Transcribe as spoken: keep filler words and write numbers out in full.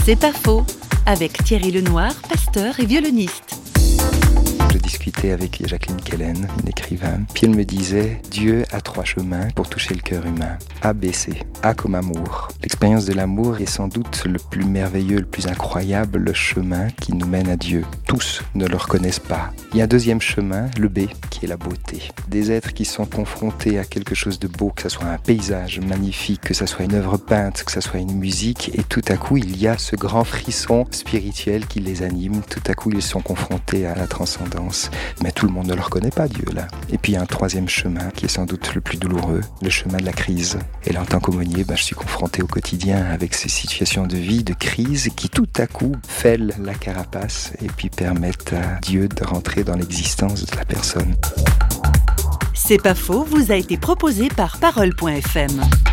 C'est pas faux, avec Thierry Lenoir, pasteur et violoniste. Je discutais avec Jacqueline Kellen, une écrivain, puis elle me disait « Dieu a trois chemins pour toucher le cœur humain. A, B, C. A comme amour. L'expérience de l'amour est sans doute le plus merveilleux, le plus incroyable, le chemin qui nous mène à Dieu. Tous ne le reconnaissent pas. Il y a un deuxième chemin, le B, qui est la beauté. Des êtres qui sont confrontés à quelque chose de beau, que ce soit un paysage magnifique, que ce soit une œuvre peinte, que ce soit une musique, et tout à coup, il y a ce grand frisson spirituel qui les anime. Tout à coup, ils sont confrontés à la transcendance. Mais tout le monde ne le reconnaît pas, Dieu, là. Et puis, il y a un troisième chemin qui est sans doute le plus douloureux, le chemin de la crise. Et là, en tant qu'aumônier, ben, je suis confronté au quotidien avec ces situations de vie, de crise, qui tout à coup fêlent la carapace et puis permettent à Dieu de rentrer dans l'existence de la personne. C'est pas faux, vous a été proposé par Parole point F M.